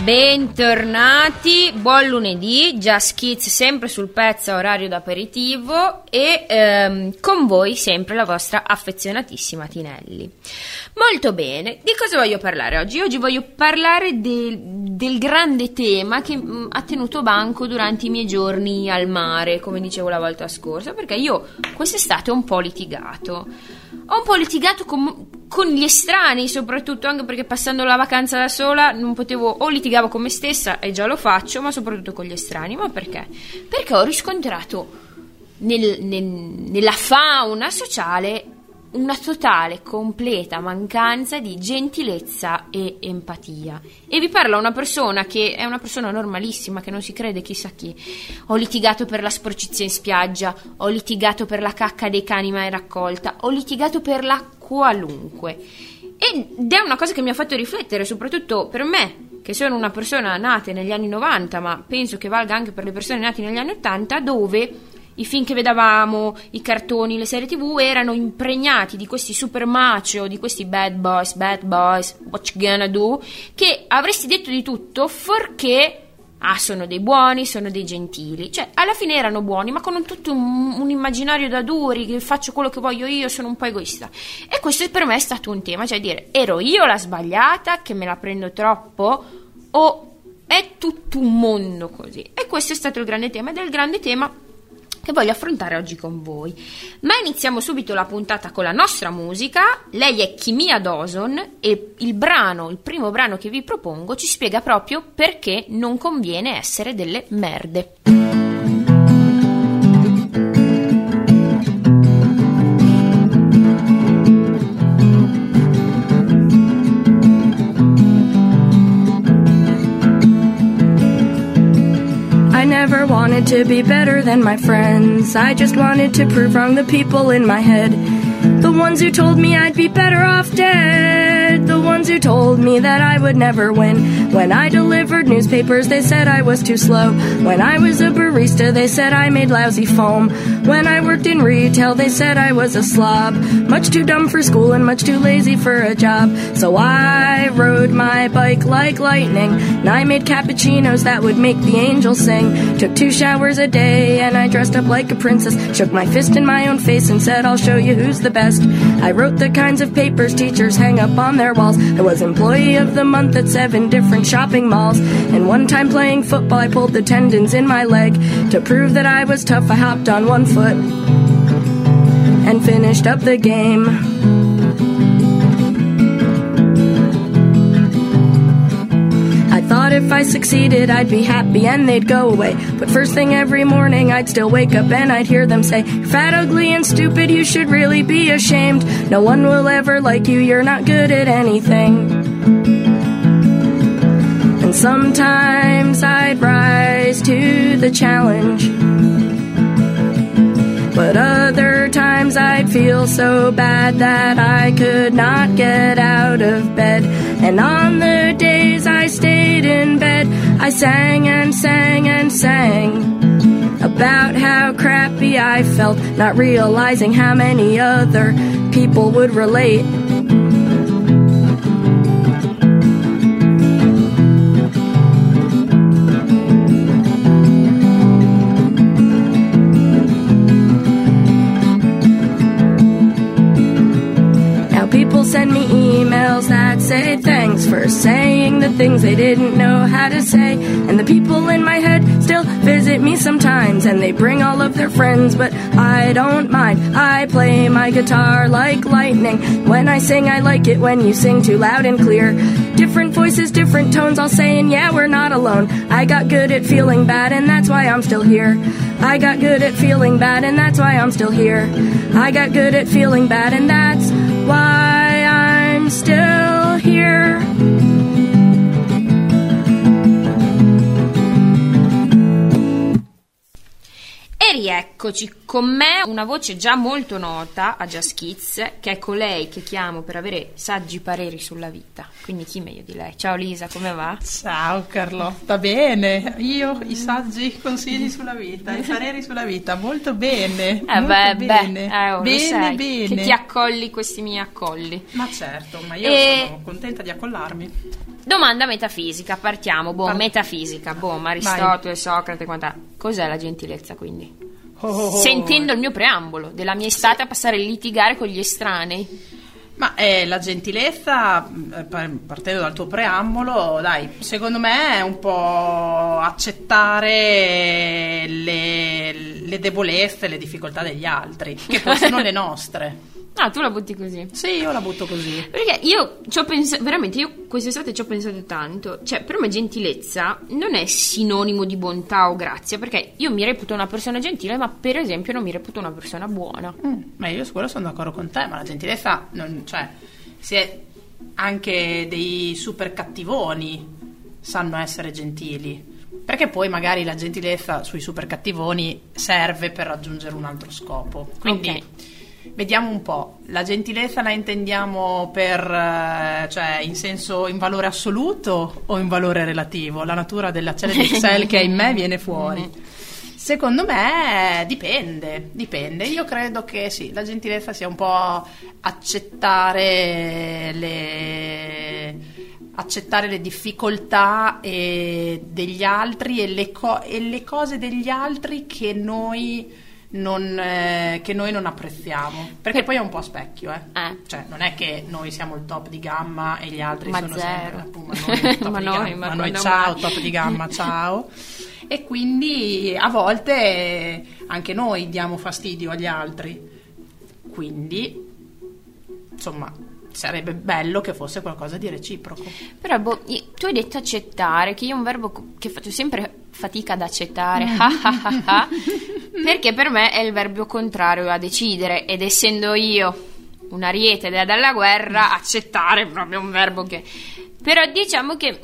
Bentornati, buon lunedì, Just Kids sempre sul pezzo a orario d'aperitivo e con voi sempre la vostra affezionatissima Tinelli. Molto bene, di cosa voglio parlare oggi? Oggi voglio parlare del grande tema che ha tenuto banco durante i miei giorni al mare, come dicevo la volta scorsa, perché io quest'estate ho un po' litigato. Ho un po' litigato con gli estranei, soprattutto, anche perché passando la vacanza da sola non potevo, o litigavo con me stessa, e già lo faccio, ma soprattutto con gli estranei. Ma perché? Perché ho riscontrato nella fauna sociale una totale, completa mancanza di gentilezza e empatia. E vi parla una persona che è una persona normalissima, che non si crede chissà chi. Ho litigato per la sporcizia in spiaggia, ho litigato per la cacca dei cani mai raccolta, ho litigato per la qualunque. Ed è una cosa che mi ha fatto riflettere, soprattutto per me, che sono una persona nata negli anni 90, ma penso che valga anche per le persone nate negli anni 80, dove i film che vedevamo, i cartoni, le serie TV erano impregnati di questi super macho, di questi bad boys, what you gonna do, che avresti detto di tutto fuorché sono dei buoni, sono dei gentili. Cioè, alla fine erano buoni, ma con tutto un immaginario da duri, che faccio quello che voglio io, sono un po' egoista. E questo per me è stato un tema, cioè dire, ero io la sbagliata, che me la prendo troppo, o è tutto un mondo così? E questo è stato il grande tema, ed è il grande tema che voglio affrontare oggi con voi. Ma iniziamo subito la puntata con la nostra musica. Lei è Kimia Dawson e il primo brano che vi propongo ci spiega proprio perché non conviene essere delle merde. Never wanted to be better than my friends. I just wanted to prove wrong the people in my head. The ones who told me I'd be better off dead. The ones who told me that I would never win. When I delivered newspapers, they said I was too slow. When I was a barista, they said I made lousy foam. When I worked in retail, they said I was a slob. Much too dumb for school and much too lazy for a job. So I rode my bike like lightning, and I made cappuccinos that would make the angels sing. Took 2 showers a day, and I dressed up like a princess. Shook my fist in my own face and said, I'll show you who's the best. I wrote the kinds of papers teachers hang up on their walls. I was employee of the month at 7 different shopping malls. And one time playing football, I pulled the tendons in my leg. To prove that I was tough, I hopped on one foot and finished up the game. I thought if I succeeded I'd be happy and they'd go away. But first thing every morning I'd still wake up and I'd hear them say, you're fat, ugly, and stupid, you should really be ashamed. No one will ever like you, you're not good at anything. And sometimes I'd rise to the challenge, but other times I'd feel so bad that I could not get out of bed. And on the days I stayed in bed, I sang and sang and sang about how crappy I felt, not realizing how many other people would relate. Send me emails that say thanks for saying the things they didn't know how to say. And the people in my head still visit me sometimes, and they bring all of their friends, but I don't mind. I play my guitar like lightning. When I sing, I like it when you sing too loud and clear. Different voices, different tones, all saying, yeah, we're not alone. I got good at feeling bad, and that's why I'm still here. I got good at feeling bad, and that's why I'm still here. I got good at feeling bad, and that's why I'm still here. E rieccoci con me, una voce già molto nota a Just Kids, che è colei che chiamo per avere saggi pareri sulla vita. Quindi chi meglio di lei? Ciao Lisa, come va? Ciao Carlotta, bene. Io i saggi consigli sulla vita, i pareri sulla vita, molto bene. Bene, che ti accolli questi miei accolli. Ma certo, ma io sono contenta di accollarmi. Domanda metafisica, partiamo. Metafisica. Aristotele, Socrate, cos'è la gentilezza, quindi? Sentendo il mio preambolo della mia estate a passare a litigare con gli estranei. Ma la gentilezza, partendo dal tuo preambolo, dai, secondo me è un po' accettare le debolezze, le difficoltà degli altri, che poi sono le nostre. Ah, tu la butti così? Sì, io la butto così. Perché io ci ho pensato, veramente, io quest'estate ci ho pensato tanto. Cioè, per me gentilezza non è sinonimo di bontà o grazia, perché io mi reputo una persona gentile, ma per esempio non mi reputo una persona buona. Ma io su quello sono d'accordo con te, ma la gentilezza, cioè, si è anche dei super cattivoni sanno essere gentili. Perché poi magari la gentilezza sui super cattivoni serve per raggiungere un altro scopo. Quindi... Okay. Vediamo un po', la gentilezza la intendiamo cioè in valore assoluto o in valore relativo? La natura della cella di Excel che è in me viene fuori. Secondo me dipende. Io credo che sì, la gentilezza sia un po' accettare le difficoltà degli altri e le cose degli altri che noi non apprezziamo, perché poi è un po' specchio, cioè non è che noi siamo il top di gamma e gli altri sono zero. Sempre ma noi ciao top di gamma, ciao. E quindi a volte anche noi diamo fastidio agli altri, quindi insomma sarebbe bello che fosse qualcosa di reciproco. Però tu hai detto accettare, che io è un verbo che faccio sempre fatica ad accettare, perché per me è il verbo contrario a decidere, ed essendo io un ariete dalla guerra, accettare è proprio un verbo che... Però diciamo che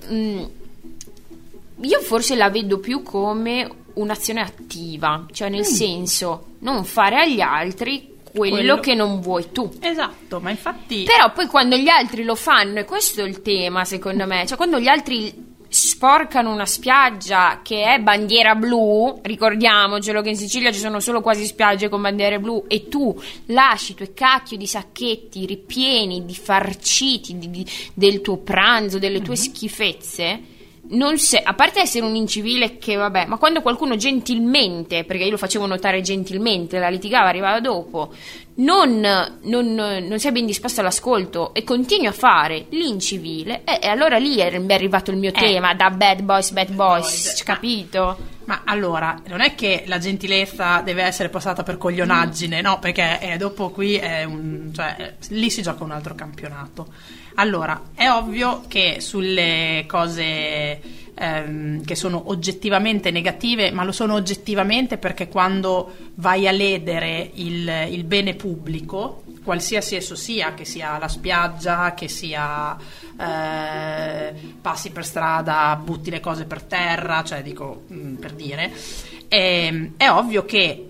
io forse la vedo più come un'azione attiva, cioè nel senso non fare agli altri quello che non vuoi tu. Esatto, ma infatti... Però poi quando gli altri lo fanno, e questo è il tema secondo me, cioè quando gli altri sporcano una spiaggia che è bandiera blu, ricordiamocelo che in Sicilia ci sono solo quasi spiagge con bandiere blu, e tu lasci i tuoi cacchio di sacchetti ripieni, di farciti del tuo pranzo, delle tue schifezze, non sei, a parte essere un incivile che vabbè, ma quando qualcuno gentilmente, perché io lo facevo notare gentilmente, la litigava, arrivava dopo, non sei ben disposto all'ascolto e continui a fare l'incivile, e allora lì è arrivato il mio tema da bad boys, capito? Ma allora, non è che la gentilezza deve essere passata per coglionaggine, no? Perché dopo qui cioè, lì si gioca un altro campionato. Allora, è ovvio che sulle cose che sono oggettivamente negative, ma lo sono oggettivamente perché quando vai a ledere il bene pubblico, qualsiasi esso sia, che sia la spiaggia, che sia passi per strada, butti le cose per terra, cioè dico per dire, è ovvio che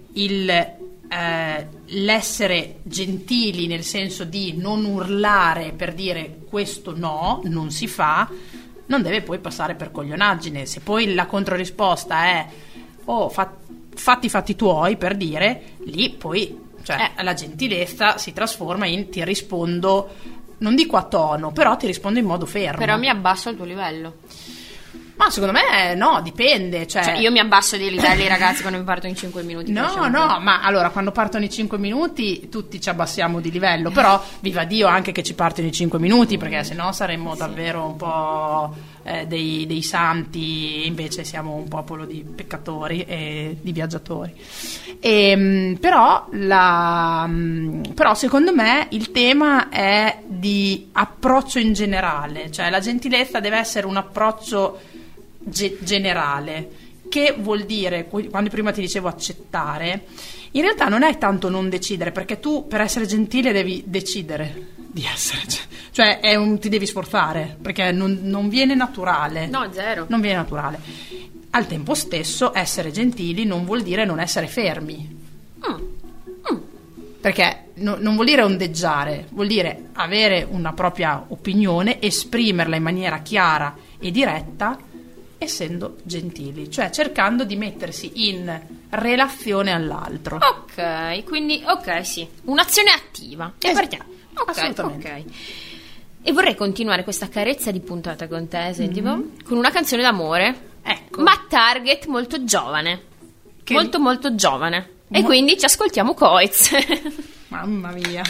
l'essere gentili nel senso di non urlare per dire questo no, non si fa, non deve poi passare per coglionaggine. Se poi la controrisposta è fatti tuoi, per dire, lì poi la gentilezza si trasforma in ti rispondo, non dico a tono, però ti rispondo in modo fermo. Però mi abbasso al tuo livello. Ma secondo me no, dipende. Cioè io mi abbasso dei livelli, ragazzi, quando mi partono in 5 minuti. No, ma allora quando partono i 5 minuti tutti ci abbassiamo di livello, però viva Dio anche che ci partono i 5 minuti, perché sennò saremmo davvero un po' dei santi, invece siamo un popolo di peccatori e di viaggiatori. Però secondo me il tema è di approccio in generale, cioè la gentilezza deve essere un approccio generale, che vuol dire, quando prima ti dicevo accettare, in realtà non è tanto non decidere, perché tu per essere gentile devi decidere di essere, cioè ti devi sforzare, perché non viene naturale. No, zero. Non viene naturale. Al tempo stesso essere gentili non vuol dire non essere fermi. Perché non vuol dire ondeggiare, vuol dire avere una propria opinione, esprimerla in maniera chiara e diretta, essendo gentili, cioè cercando di mettersi in relazione all'altro. Ok, quindi sì, un'azione attiva. E partiamo. Assolutamente. Ok. E vorrei continuare questa carezza di puntata con te, senti, con una canzone d'amore, Ecco. ma target molto giovane, Che- molto molto giovane. E quindi ci ascoltiamo Coez. Mamma mia.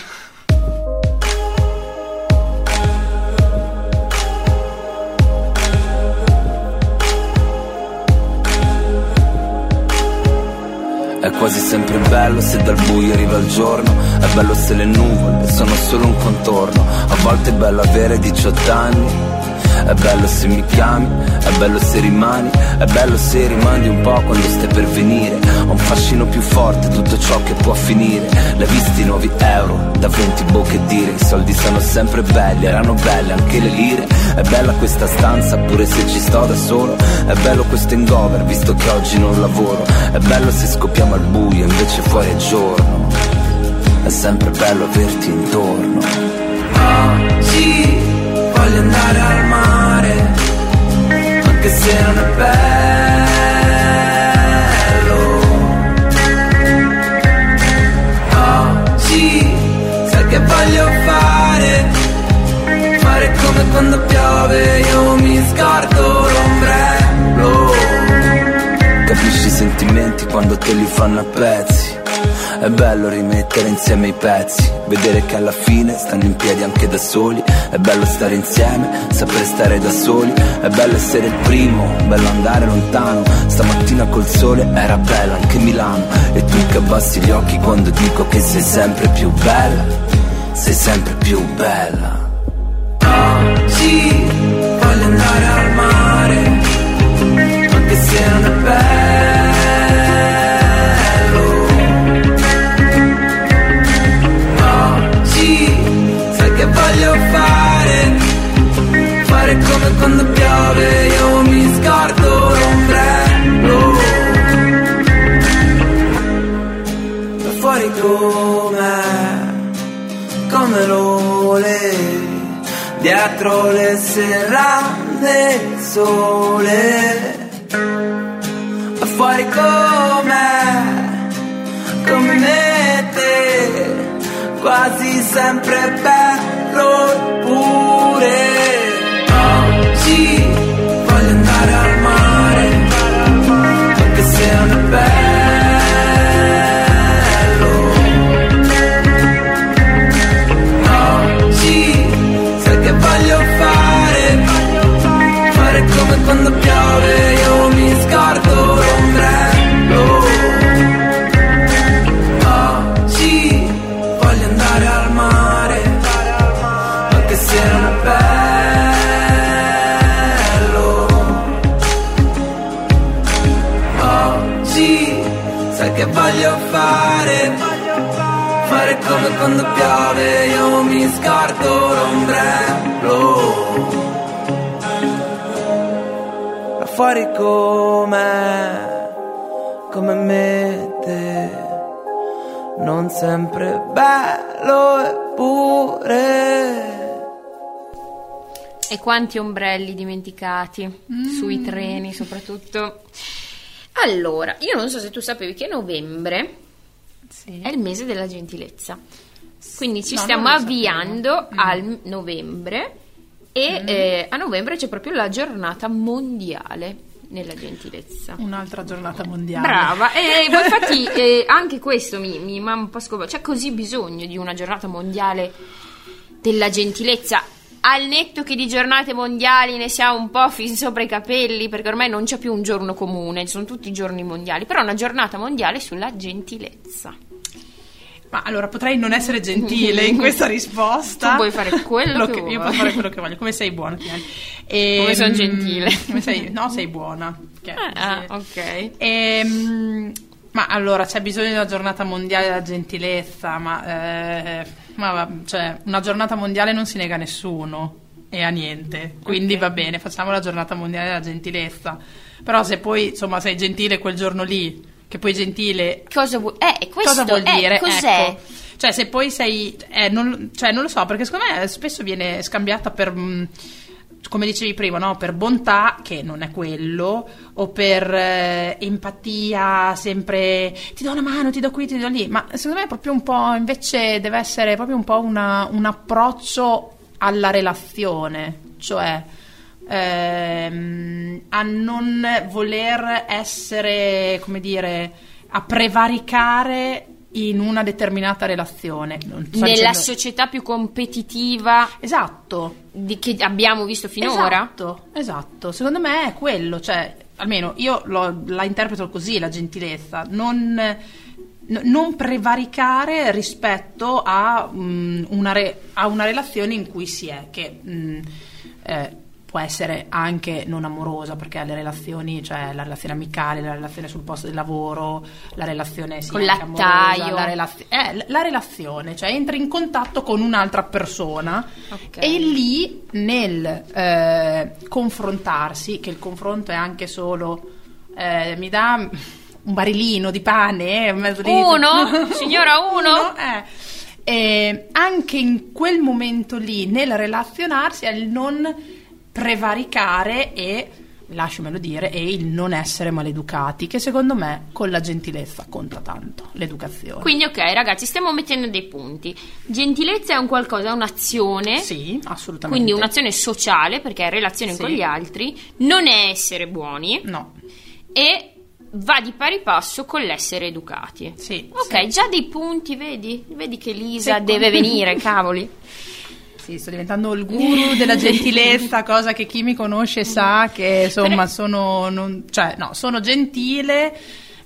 È quasi sempre bello se dal buio arriva il giorno, è bello se le nuvole sono solo un contorno, a volte è bello avere 18 anni, è bello se mi chiami, è bello se rimani, è bello se rimandi un po' quando stai per venire, ho un fascino più forte, tutto ciò che può finire, l'hai visti i nuovi euro, da 20 bocche dire, i soldi sono sempre belli, erano belle anche le lire, è bella questa stanza pure se ci sto da solo, è bello questo hangover visto che oggi non lavoro, è bello se scoppiamo al buio invece fuori è giorno, è sempre bello averti intorno. Oggi voglio andare al mare, anche se non è bello. Oggi sai che voglio fare come quando piove, io mi scordo l'ombrello. Capisci i sentimenti quando te li fanno a pezzi, è bello rimettere insieme i pezzi, vedere che alla fine stanno in piedi anche da soli, è bello stare insieme, saper stare da soli, è bello essere il primo, bello andare lontano, stamattina col sole era bello anche Milano, e tu che abbassi gli occhi quando dico che sei sempre più bella, sei sempre più bella. Oggi voglio andare al mare, anche se non è bello. Oggi sai che voglio fare come quando piove, io mi scordo l'ombrello. Da fuori come lo volevi, dietro le serrande il sole, ma fuori come me te, quasi sempre bello pure. Oggi voglio andare al mare, anche se non è bello. Voglio fare come quando piove, io mi scordo l'ombrello. Oggi voglio andare al mare, anche se non è bello. Oggi sai che voglio fare come quando piove, io mi scordo l'ombrello. Là fuori come me te, non sempre bello eppure. E quanti ombrelli dimenticati sui treni soprattutto. Allora, io non so se tu sapevi che novembre è il mese della gentilezza, quindi ci stiamo avviando al novembre e a novembre c'è proprio la giornata mondiale nella gentilezza. Un'altra giornata mondiale. Brava, e infatti anche questo mi ha un po' sconvolto. C'è così bisogno di una giornata mondiale della gentilezza, al netto che di giornate mondiali ne siamo un po' fin sopra i capelli, perché ormai non c'è più un giorno comune, ci sono tutti i giorni mondiali, però una giornata mondiale sulla gentilezza. Ma allora potrei non essere gentile in questa risposta. Tu puoi fare quello che vuoi. Io posso fare quello che voglio. Come sei buona, Tiani? Come sono gentile. Come sei? No, sei buona. Ok. Ma allora c'è bisogno di una giornata mondiale della gentilezza, cioè una giornata mondiale non si nega a nessuno e a niente, quindi va bene, facciamo la giornata mondiale della gentilezza, però se poi insomma sei gentile quel giorno lì, che poi gentile cosa vuol dire? Cos'è? Ecco. Cioè se poi sei non lo so, perché secondo me spesso viene scambiata per come dicevi prima, no? Per bontà, che non è quello, o per empatia, sempre ti do una mano, ti do qui, ti do lì, ma secondo me è proprio un po', invece deve essere proprio un po' un approccio alla relazione, cioè a non voler essere, come dire, a prevaricare in una determinata relazione. Nella società più competitiva, esatto, che abbiamo visto finora. Esatto, secondo me è quello, cioè almeno io la interpreto così, la gentilezza, non prevaricare rispetto a una relazione in cui si è, che può essere anche non amorosa, perché le relazioni, cioè la relazione amicale, la relazione sul posto del lavoro, la relazione con l'attaio, la relazione, cioè entri in contatto con un'altra persona, e lì nel confrontarsi, che il confronto è anche solo mi dà un barilino di pane, uno, signora, uno. Anche in quel momento lì, nel relazionarsi, è il non prevaricare e, lasciamelo dire, e il non essere maleducati, che secondo me con la gentilezza conta tanto, l'educazione. Quindi ok ragazzi, stiamo mettendo dei punti. Gentilezza è un qualcosa, è un'azione. Sì, assolutamente. Quindi un'azione sociale, perché è relazione con gli altri, non è essere buoni. No. E va di pari passo con l'essere educati. Sì. Ok, già dei punti, vedi che Lisa deve venire, cavoli. Sì, sto diventando il guru della gentilezza, cosa che chi mi conosce sa che insomma sono gentile,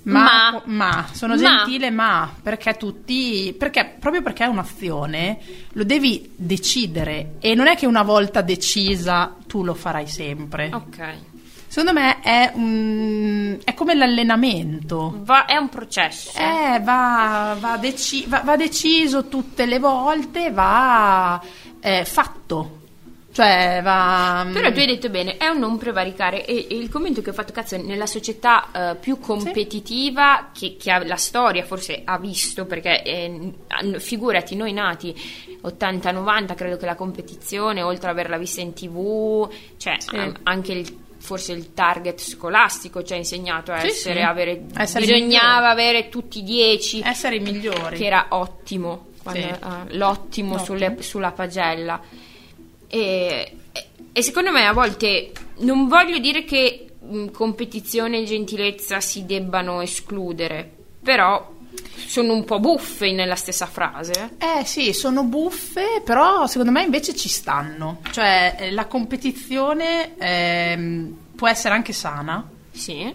perché proprio perché è un'azione lo devi decidere, e non è che una volta decisa tu lo farai sempre. Ok. Secondo me è come l'allenamento. È un processo. Va deciso tutte le volte, va fatto. Cioè va. Però tu hai detto bene, è un non prevaricare. E il commento che ho fatto, cazzo, nella società più competitiva che la storia forse ha visto, perché figurati, noi nati 80-90, credo che la competizione, oltre ad averla vista in TV, cioè anche forse il target scolastico ci ha insegnato a bisognava avere tutti 10, essere i migliori, che era ottimo, l'ottimo sulla pagella, e secondo me a volte, non voglio dire che competizione e gentilezza si debbano escludere, però sono un po' buffe nella stessa frase. Sì, sono buffe, però secondo me invece ci stanno. Cioè la competizione può essere anche sana. Sì.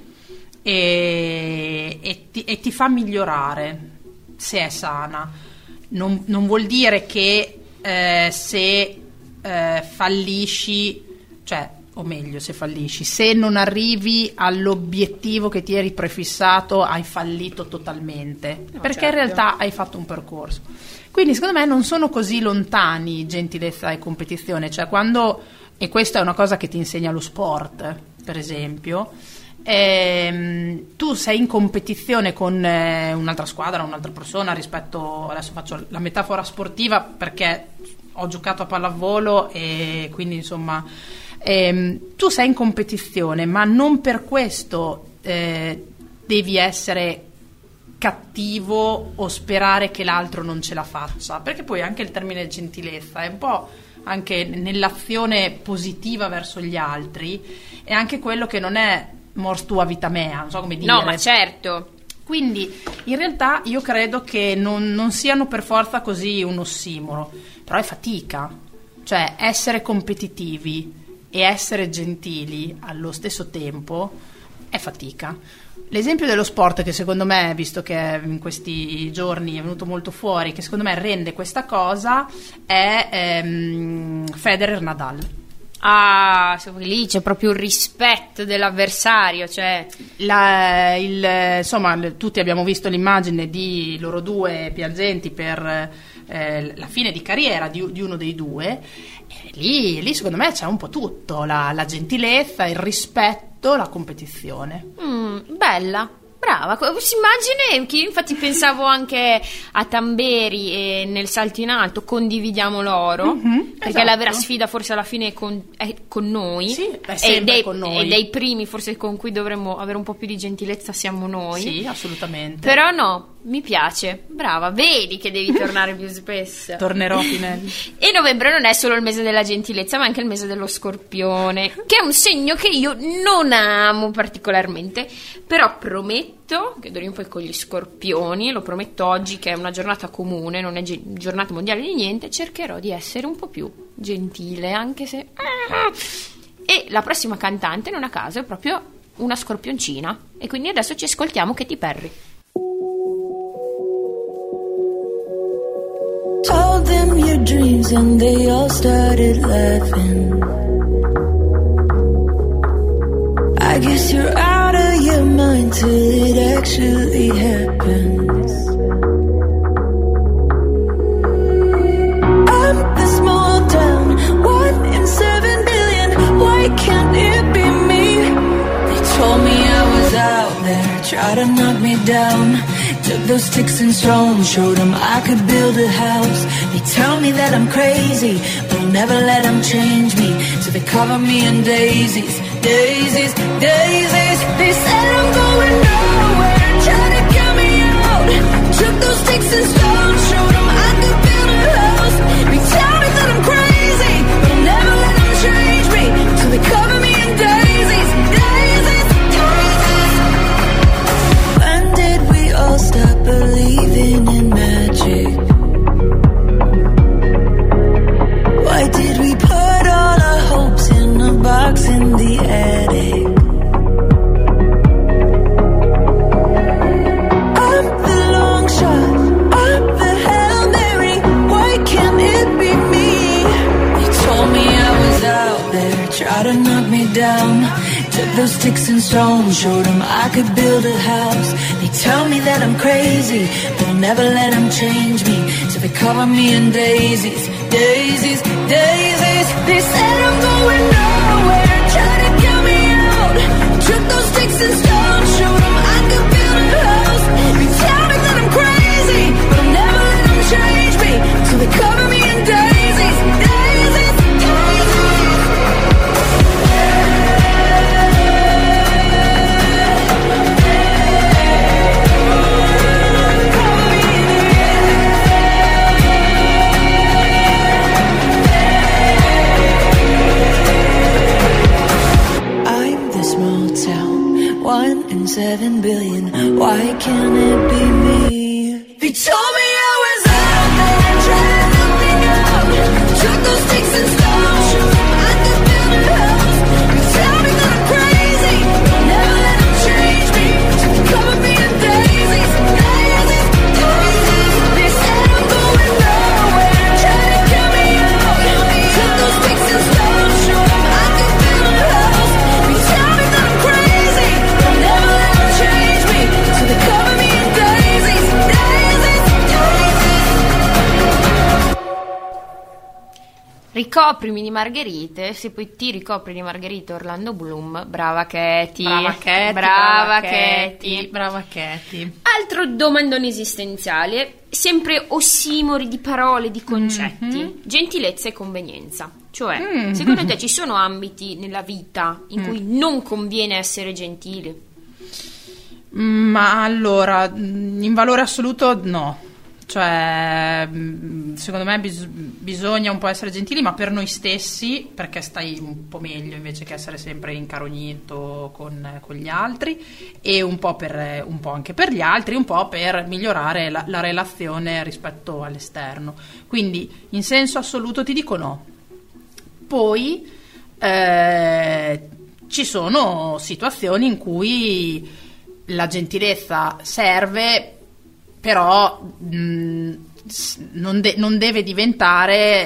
E ti fa migliorare se è sana. Non vuol dire che se fallisci, cioè, o meglio, se fallisci, se non arrivi all'obiettivo che ti eri prefissato, hai fallito totalmente, perché in realtà hai fatto un percorso. Quindi secondo me non sono così lontani gentilezza e competizione, cioè quando, e questa è una cosa che ti insegna lo sport, per esempio, tu sei in competizione con un'altra squadra, un'altra persona rispetto, adesso faccio la metafora sportiva perché ho giocato a pallavolo e quindi insomma tu sei in competizione, ma non per questo devi essere cattivo o sperare che l'altro non ce la faccia, perché poi anche il termine gentilezza è un po' anche nell'azione positiva verso gli altri, è anche quello che non è mors tua vita mea, non so come dire. No, ma certo. Quindi in realtà io credo che non siano per forza così un ossimoro, però è fatica, cioè essere competitivi e essere gentili allo stesso tempo è fatica. L'esempio dello sport, che secondo me, visto che in questi giorni è venuto molto fuori, che secondo me rende questa cosa, è Federer-Nadal. Lì c'è proprio il rispetto dell'avversario, cioè insomma, tutti abbiamo visto l'immagine di loro due piangenti per la fine di carriera di uno dei due, e lì secondo me c'è un po' tutto, la gentilezza, il rispetto, la competizione. Bella, brava, questa immagine che io infatti pensavo anche a Tamberi e nel salto in alto, condividiamo l'oro, perché esatto. La vera sfida forse alla fine è con noi, sì, è sempre con noi, e dei primi forse con cui dovremmo avere un po' più di gentilezza siamo noi. Sì, assolutamente. Però no, mi piace, brava, vedi che devi tornare più spesso. Tornerò, Tinelli. E novembre non è solo il mese della gentilezza, ma anche il mese dello Scorpione, che è un segno che io non amo particolarmente, però prometto che d'ora in poi con gli Scorpioni, lo prometto oggi che è una giornata comune, non è giornata mondiale di niente, cercherò di essere un po' più gentile, anche se... E la prossima cantante, non a caso, è proprio una scorpioncina, e quindi adesso ci ascoltiamo Katy Perry. Told them your dreams and they all started laughing. I guess you're out of your mind till it actually happens. I'm the small town, 1 in 7 billion. Why can't it be me? They told me I was out there, tried to knock me down. Took those sticks and stones, showed them I could build a house. They tell me that I'm crazy, but I'll never let them change me. So they cover me in daisies, daisies, daisies. They said I'm going nowhere, trying to get me out. Took those sticks and stones, showed them I could build a house. They tell me that I'm crazy, but I'll never let them change me. So they cover me in daisies, daisies, daisies. When did we all stop believing in magic? Why did we put all our hopes in a box in the attic? I'm the long shot, I'm the Hail Mary. Why can't it be me? They told me I was out there, tried to knock me down. Took those sticks and stones, showed them I could build a house. They tell me that I'm crazy, but I'll never let them change me. So they cover me in daisies, daisies, daisies. They said I'm going nowhere, trying to get me out. Took those sticks and stones, showed them I could build a house. They tell me that I'm crazy, but I'll never let them change me. So they cover me in daisies, daisies, daisies. I'm the small town, 1 in 7 billion. Why can't it be me? They told me I was out there, trying to knock me out. Took those sticks and stones, showed them I could build a house. They tell me that I'm crazy, I'll never let them change me. So they cover me in daisies, daisies, daisies. They said I'm going nowhere, trying to get me out. Took those sticks and stones, showed them I could build a house. They tell me that I'm crazy, I'll never let them change me. So they cover me in daisies, daisies, daisies. Ricoprimi di margherite, se poi ti ricopri di margherite Orlando Bloom, brava Katy. Brava Katy, brava brava Katy. brava Katy. Altro domandone esistenziale, sempre ossimori di parole, di concetti, gentilezza e convenienza. Cioè, secondo te ci sono ambiti nella vita in cui non conviene essere gentili? Ma allora, in valore assoluto no. Cioè, secondo me bisogna un po' essere gentili, ma per noi stessi, perché stai un po' meglio invece che essere sempre incarognito con gli altri, e un po' anche per gli altri, un po' per migliorare la relazione rispetto all'esterno. Quindi, in senso assoluto ti dico no. Poi ci sono situazioni in cui la gentilezza serve, però non deve diventare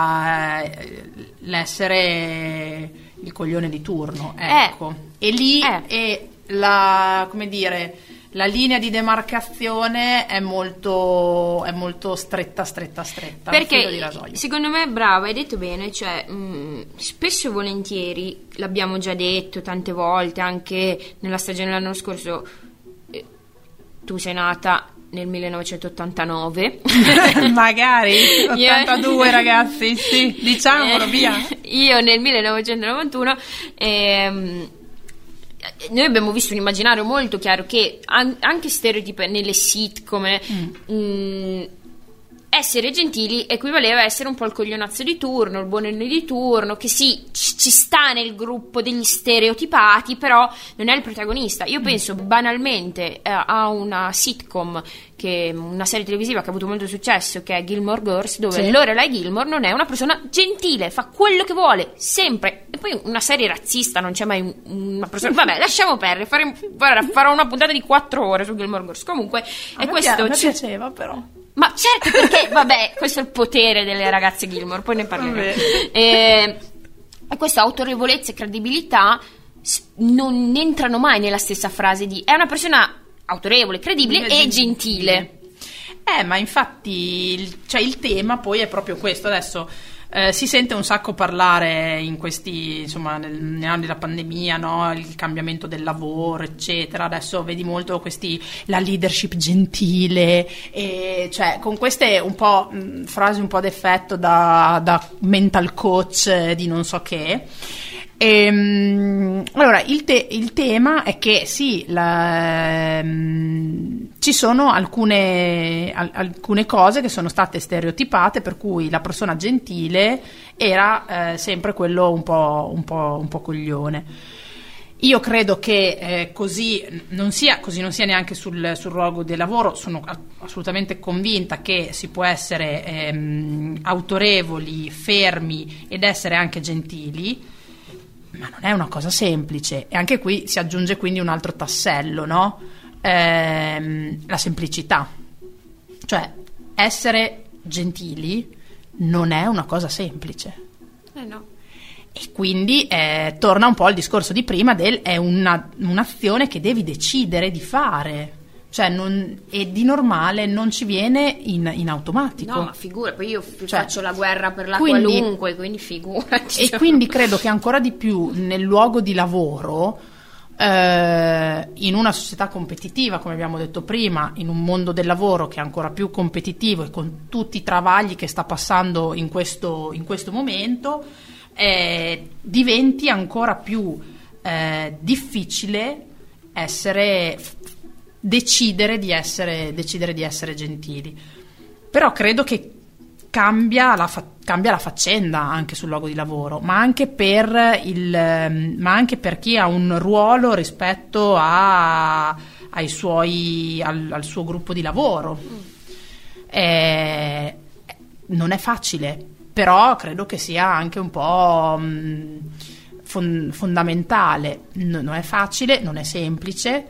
l'essere il coglione di turno, ecco. E lì è come dire, la linea di demarcazione è molto stretta, perché di rasoio. Secondo me, brava, hai detto bene, cioè spesso e volentieri, l'abbiamo già detto tante volte anche nella stagione dell'anno scorso, tu sei nata nel 1989 magari 82 ragazzi, sì, diciamolo, via. Io nel 1991, noi abbiamo visto un immaginario molto chiaro che anche stereotipi nelle sitcom, essere gentili equivaleva a essere un po' il coglionazzo di turno, il buonone di turno, che sì, ci sta nel gruppo degli stereotipati, però non è il protagonista. Io penso banalmente a una sitcom, una serie televisiva che ha avuto molto successo, che è Gilmore Girls, dove Lorelai Gilmore non è una persona gentile, fa quello che vuole, sempre. E poi una serie razzista, non c'è mai una persona... Vabbè, lasciamo perdere, farò una puntata di 4 ore su Gilmore Girls. Comunque, a me piaceva, però. Ma certo, perché, vabbè, questo è il potere delle ragazze Gilmore, poi ne parleremo. E questa autorevolezza e credibilità non entrano mai nella stessa frase di... È una persona autorevole, credibile e gentile. Ma infatti il tema poi è proprio questo. Adesso si sente un sacco parlare in questi, insomma, negli anni della pandemia, no? Il cambiamento del lavoro, eccetera. Adesso vedi molto la leadership gentile, e cioè con queste un po' frasi un po' d'effetto da mental coach di non so che. Allora il tema è che sì, ci sono alcune cose che sono state stereotipate, per cui la persona gentile era sempre quello un po' coglione. Io credo che così non sia neanche sul luogo del lavoro. Sono assolutamente convinta che si può essere autorevoli, fermi ed essere anche gentili, ma non è una cosa semplice, e anche qui si aggiunge quindi un altro tassello, no? La semplicità. Cioè, essere gentili non è una cosa semplice. No. E quindi torna un po' al discorso di prima è un'azione che devi decidere di fare. Cioè e di normale non ci viene in automatico. No, ma figura, poi io faccio la guerra per la qualunque, quindi figurati. E quindi credo che ancora di più nel luogo di lavoro, in una società competitiva, come abbiamo detto prima, in un mondo del lavoro che è ancora più competitivo e con tutti i travagli che sta passando in questo momento, diventi ancora più difficile decidere di essere gentili. Però credo che cambia la faccenda anche sul luogo di lavoro, ma anche per chi ha un ruolo rispetto al suo gruppo di lavoro. Non è facile, però credo che sia anche un po' fondamentale. Non è facile, non è semplice.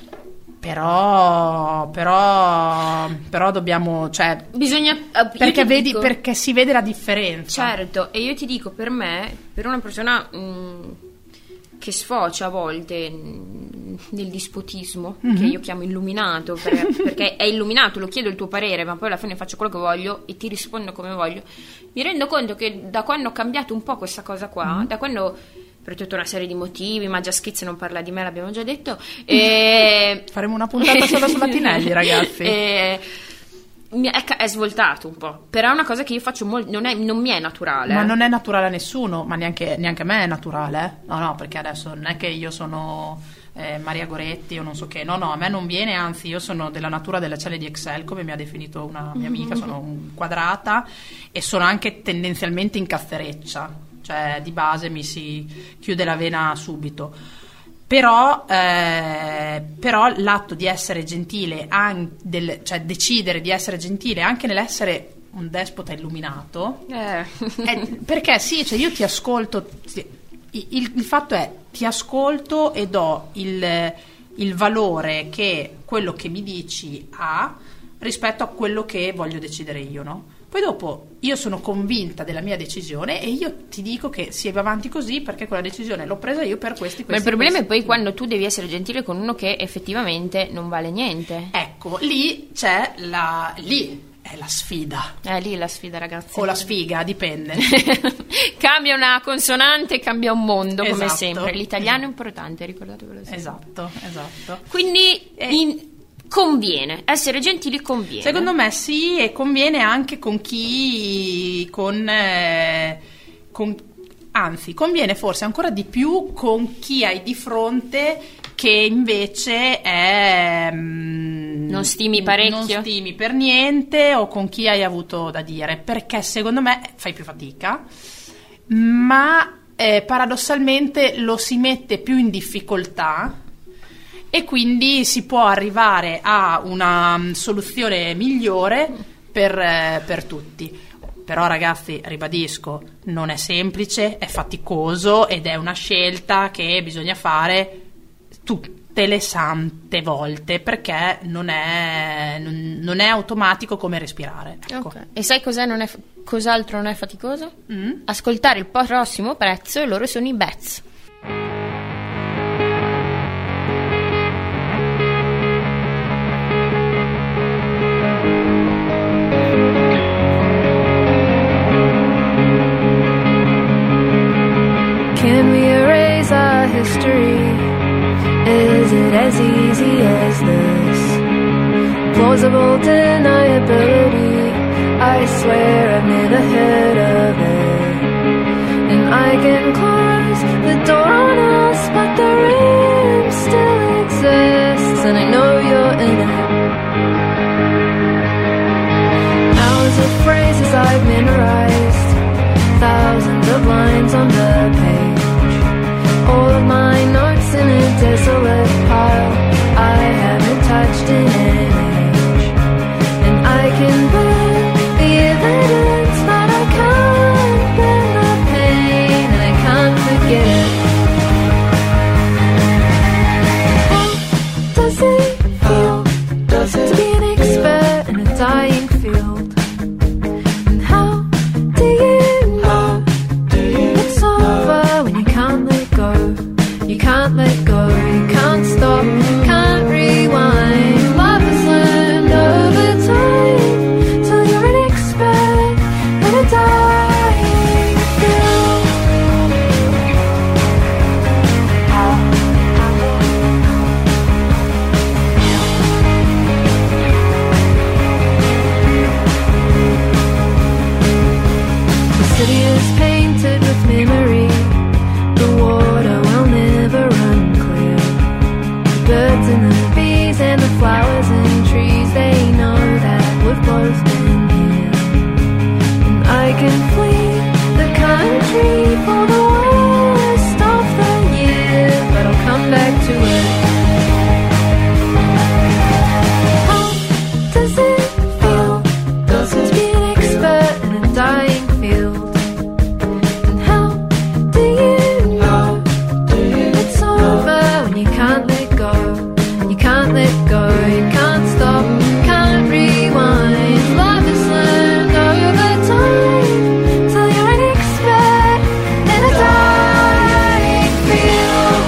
Però dobbiamo, cioè, bisogna, perché si vede la differenza. Certo, e io ti dico, per me, per una persona che sfocia a volte nel dispotismo, che io chiamo illuminato, perché è illuminato, lo chiedo il tuo parere, ma poi alla fine faccio quello che voglio e ti rispondo come voglio. Mi rendo conto che da quando ho cambiato un po' questa cosa qua, da quando, per tutta una serie di motivi, ma già Schizzi non parla di me, l'abbiamo già detto, faremo una puntata solo sulla Tinelli, ragazzi. È svoltato un po', però è una cosa che io faccio non mi è naturale. Ma non è naturale a nessuno, ma neanche a me è naturale. No, perché adesso non è che io sono Maria Goretti o non so che, no, a me non viene, anzi io sono della natura delle celle di Excel, come mi ha definito una mia amica, sono quadrata e sono anche tendenzialmente in cazzereccia. Cioè di base mi si chiude la vena subito, però l'atto di essere gentile, cioè decidere di essere gentile anche nell'essere un despota illuminato, perché sì, cioè io ti ascolto, il fatto è ti ascolto e do il valore che quello che mi dici ha rispetto a quello che voglio decidere io, no? Poi dopo io sono convinta della mia decisione e io ti dico che si va avanti così perché quella decisione l'ho presa io per questi. Ma il problema è poi quando tu devi essere gentile con uno che effettivamente non vale niente. Ecco, lì c'è lì è la sfida. Lì è la sfida, ragazzi. O la sfiga, dipende. Cambia una consonante, cambia un mondo, esatto, come sempre. L'italiano è importante, ricordatevelo sempre. Esatto. Quindi conviene, essere gentili conviene. Secondo me sì, e conviene anche con anzi conviene forse ancora di più con chi hai di fronte che invece è non stimi parecchio, non stimi per niente, o con chi hai avuto da dire, perché secondo me fai più fatica, ma paradossalmente lo si mette più in difficoltà e quindi si può arrivare a una soluzione migliore per tutti. Però ragazzi, ribadisco, non è semplice, è faticoso ed è una scelta che bisogna fare tutte le sante volte, perché non è automatico come respirare, ecco. Okay. E sai cos'altro non è faticoso? Ascoltare il prossimo pezzo, e loro sono i Bats. Can we erase our history? Is it as easy as this? Plausible deniability, I swear I've never heard of it. And I can close the door on us, but the room still exists, and I know you're in it. Hours of phrases I've memorized, thousands of lines on the page, all of my notes in a desolate pile I haven't touched in an age. And I can burn the evidence, but I can't burn the pain, and I can't forget it. How does it feel to be an expert in a dying field? And how do you know it's over when you can't let go? You can't let go, you can't stop, can't rewind. Love is learned over time, till you're an expert in a dying field. The city is painted with memory, the water will never run clear. The birds and the bees and the flowers and trees, they know that we've both been here. And I can flee the country for the worst of the year, but I'll come back to it. How does it feel to be an expert in a dying field? And how do you know it's over when you can't let go? You can't let go, you can't stop, can't rewind. Love is learned over time, till you're an expert in a dying field.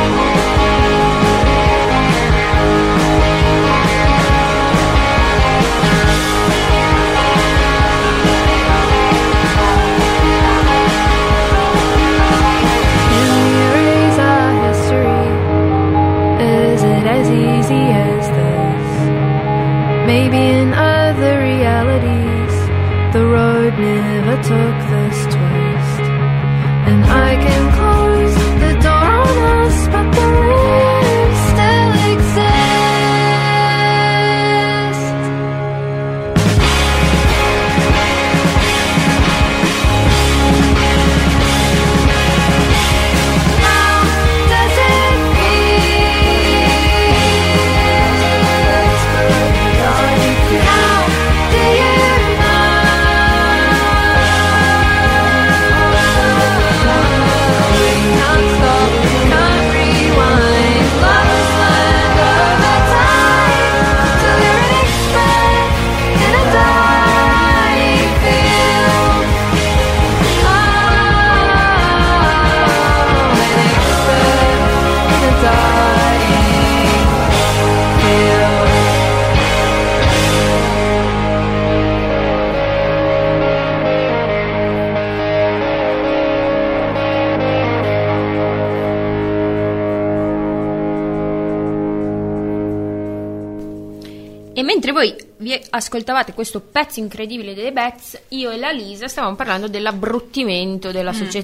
Can we erase our history? Is it as easy as this? Maybe in other realities the road never took this twist. And I can close the door on us, but the room still exists. How does it feel? How do you can't stop, can't rewind. Love is learned over time, till you're an expert in a dying field. Oh, an expert in a dying field. E mentre voi vi ascoltavate questo pezzo incredibile dei Bats, io e la Lisa stavamo parlando dell'abbruttimento della società.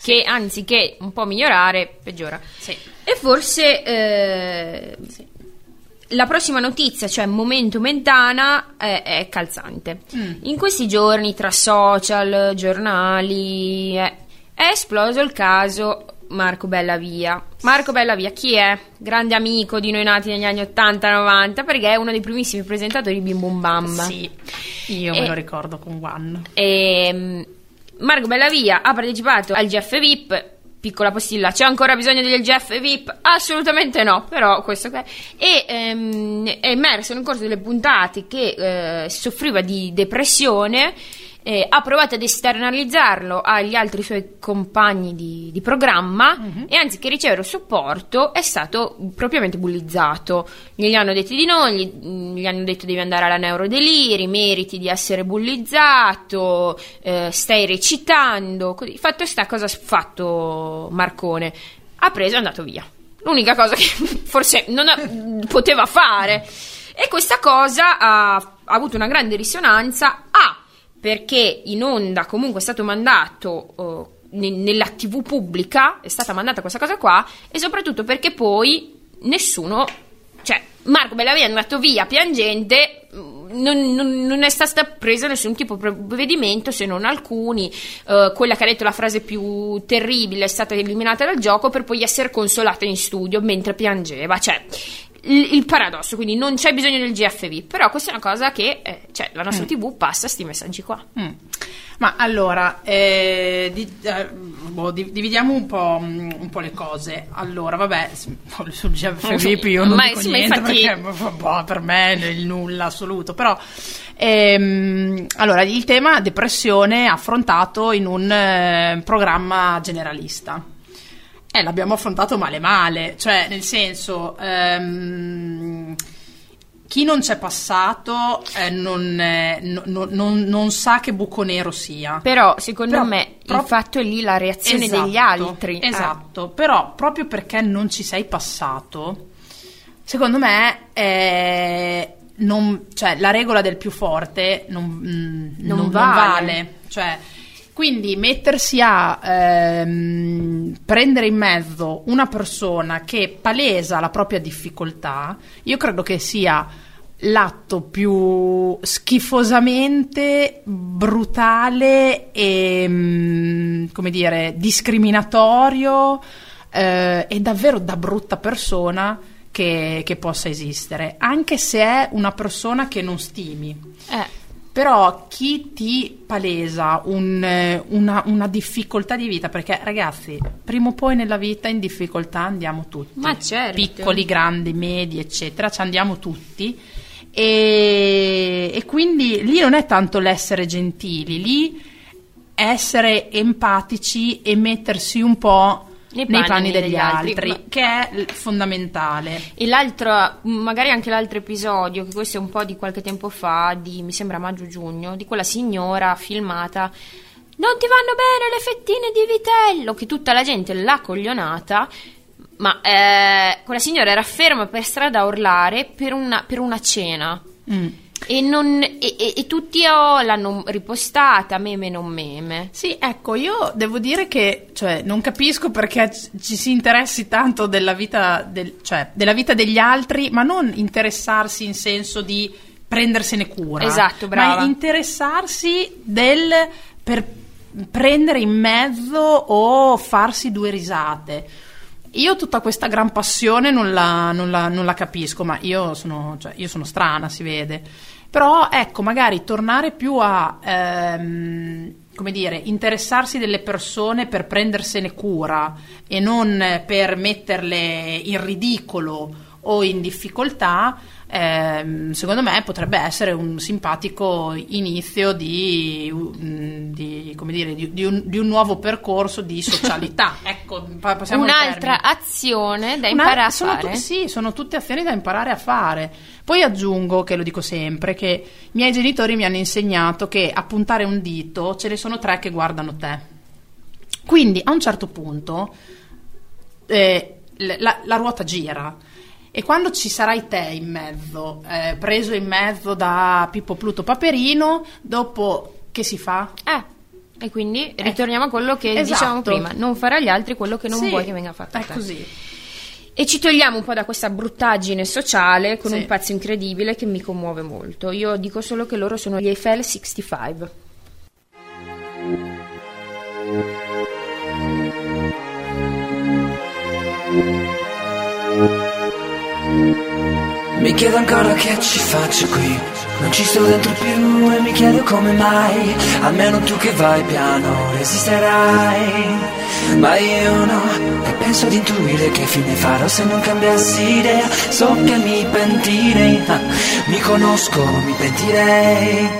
che anziché un po' migliorare peggiora. Sì. E forse la prossima notizia, cioè Momento Mentana, è calzante. In questi giorni tra social, giornali è esploso il caso Marco Bellavia. Marco Bellavia chi è? Grande amico di noi nati negli anni 80-90, perché è uno dei primissimi presentatori di Bim Bum Bam. Sì, io me lo ricordo con Juan. Marco Bellavia ha partecipato al GF VIP. Piccola postilla, c'è ancora bisogno degli GF VIP? Assolutamente no, però questo qua è emerso nel corso delle puntate che soffriva di depressione. Ha provato ad esternalizzarlo agli altri suoi compagni di programma e anziché ricevere supporto è stato propriamente bullizzato. Gli hanno detto di no, gli hanno detto devi andare alla neurodeliri, meriti di essere bullizzato, stai recitando, così. Fatto sta, cosa ha fatto Marcone? Ha preso e è andato via. L'unica cosa che forse non poteva fare. E questa cosa ha avuto una grande risonanza perché in onda comunque è stato mandato nella TV pubblica, è stata mandata questa cosa qua, e soprattutto perché poi nessuno, cioè Marco Bellavia è andato via piangente, non è stata presa nessun tipo di provvedimento, se non alcuni. Quella che ha detto la frase più terribile è stata eliminata dal gioco per poi essere consolata in studio mentre piangeva, cioè il paradosso, quindi non c'è bisogno del GFV, però questa è una cosa che la nostra TV passa sti messaggi qua. Ma allora dividiamo un po' le cose. Allora vabbè, sul GFV io non dico niente, perché per me è il nulla assoluto, però allora il tema depressione affrontato in un programma generalista. L'abbiamo affrontato male, cioè nel senso chi non c'è passato non sa che buco nero sia. Però secondo me il fatto è lì la reazione degli altri. Esatto, però proprio perché non ci sei passato, secondo me cioè, la regola del più forte non vale. Cioè, quindi mettersi a prendere in mezzo una persona che palesa la propria difficoltà, io credo che sia l'atto più schifosamente brutale e come dire discriminatorio e davvero da brutta persona che possa esistere, anche se è una persona che non stimi. Però chi ti palesa una difficoltà di vita, perché ragazzi, prima o poi nella vita in difficoltà andiamo tutti, ma certo, piccoli, grandi, medi, eccetera, ci andiamo tutti, e quindi lì non è tanto l'essere gentili, lì essere empatici e mettersi un po' nei panni degli altri, che è fondamentale. E l'altro, magari anche l'altro episodio, che questo è un po' di qualche tempo fa, mi sembra maggio-giugno, di quella signora filmata: non ti vanno bene le fettine di vitello, che tutta la gente l'ha coglionata, ma quella signora era ferma per strada a urlare per una cena. E tutti l'hanno ripostata, meme non meme. Sì, ecco, io devo dire che non capisco perché ci si interessi tanto della vita della vita degli altri, ma non interessarsi in senso di prendersene cura. Esatto, brava. Ma interessarsi per prendere in mezzo o farsi due risate. Io tutta questa gran passione non la capisco, ma io sono strana, si vede. Però ecco, magari tornare più a come dire, interessarsi delle persone per prendersene cura e non per metterle in ridicolo o in difficoltà, secondo me potrebbe essere un simpatico inizio di un nuovo percorso di socialità. Ecco, un'altra azione da imparare a fare. Sono tutte azioni da imparare a fare. Poi aggiungo, che lo dico sempre, che i miei genitori mi hanno insegnato che a puntare un dito ce ne sono 3 che guardano te. Quindi a un certo punto la ruota gira. E quando ci sarai te in mezzo, preso in mezzo da Pippo Pluto Paperino, dopo che si fa? E quindi ritorniamo a quello che esatto. dicevamo prima, non fare agli altri quello che non Sì, vuoi che venga fatto a è te. così. E ci togliamo un po' da questa bruttaggine sociale con Sì. un pezzo incredibile che mi commuove molto. Io dico solo che loro sono gli Eiffel 65. Mi chiedo ancora che ci faccio qui. Non ci sto dentro più e mi chiedo come mai. Almeno tu che vai piano resisterai. Ma io no, e penso di intuire che fine farò se non cambiassi idea. So che mi pentirei, mi conosco, mi pentirei.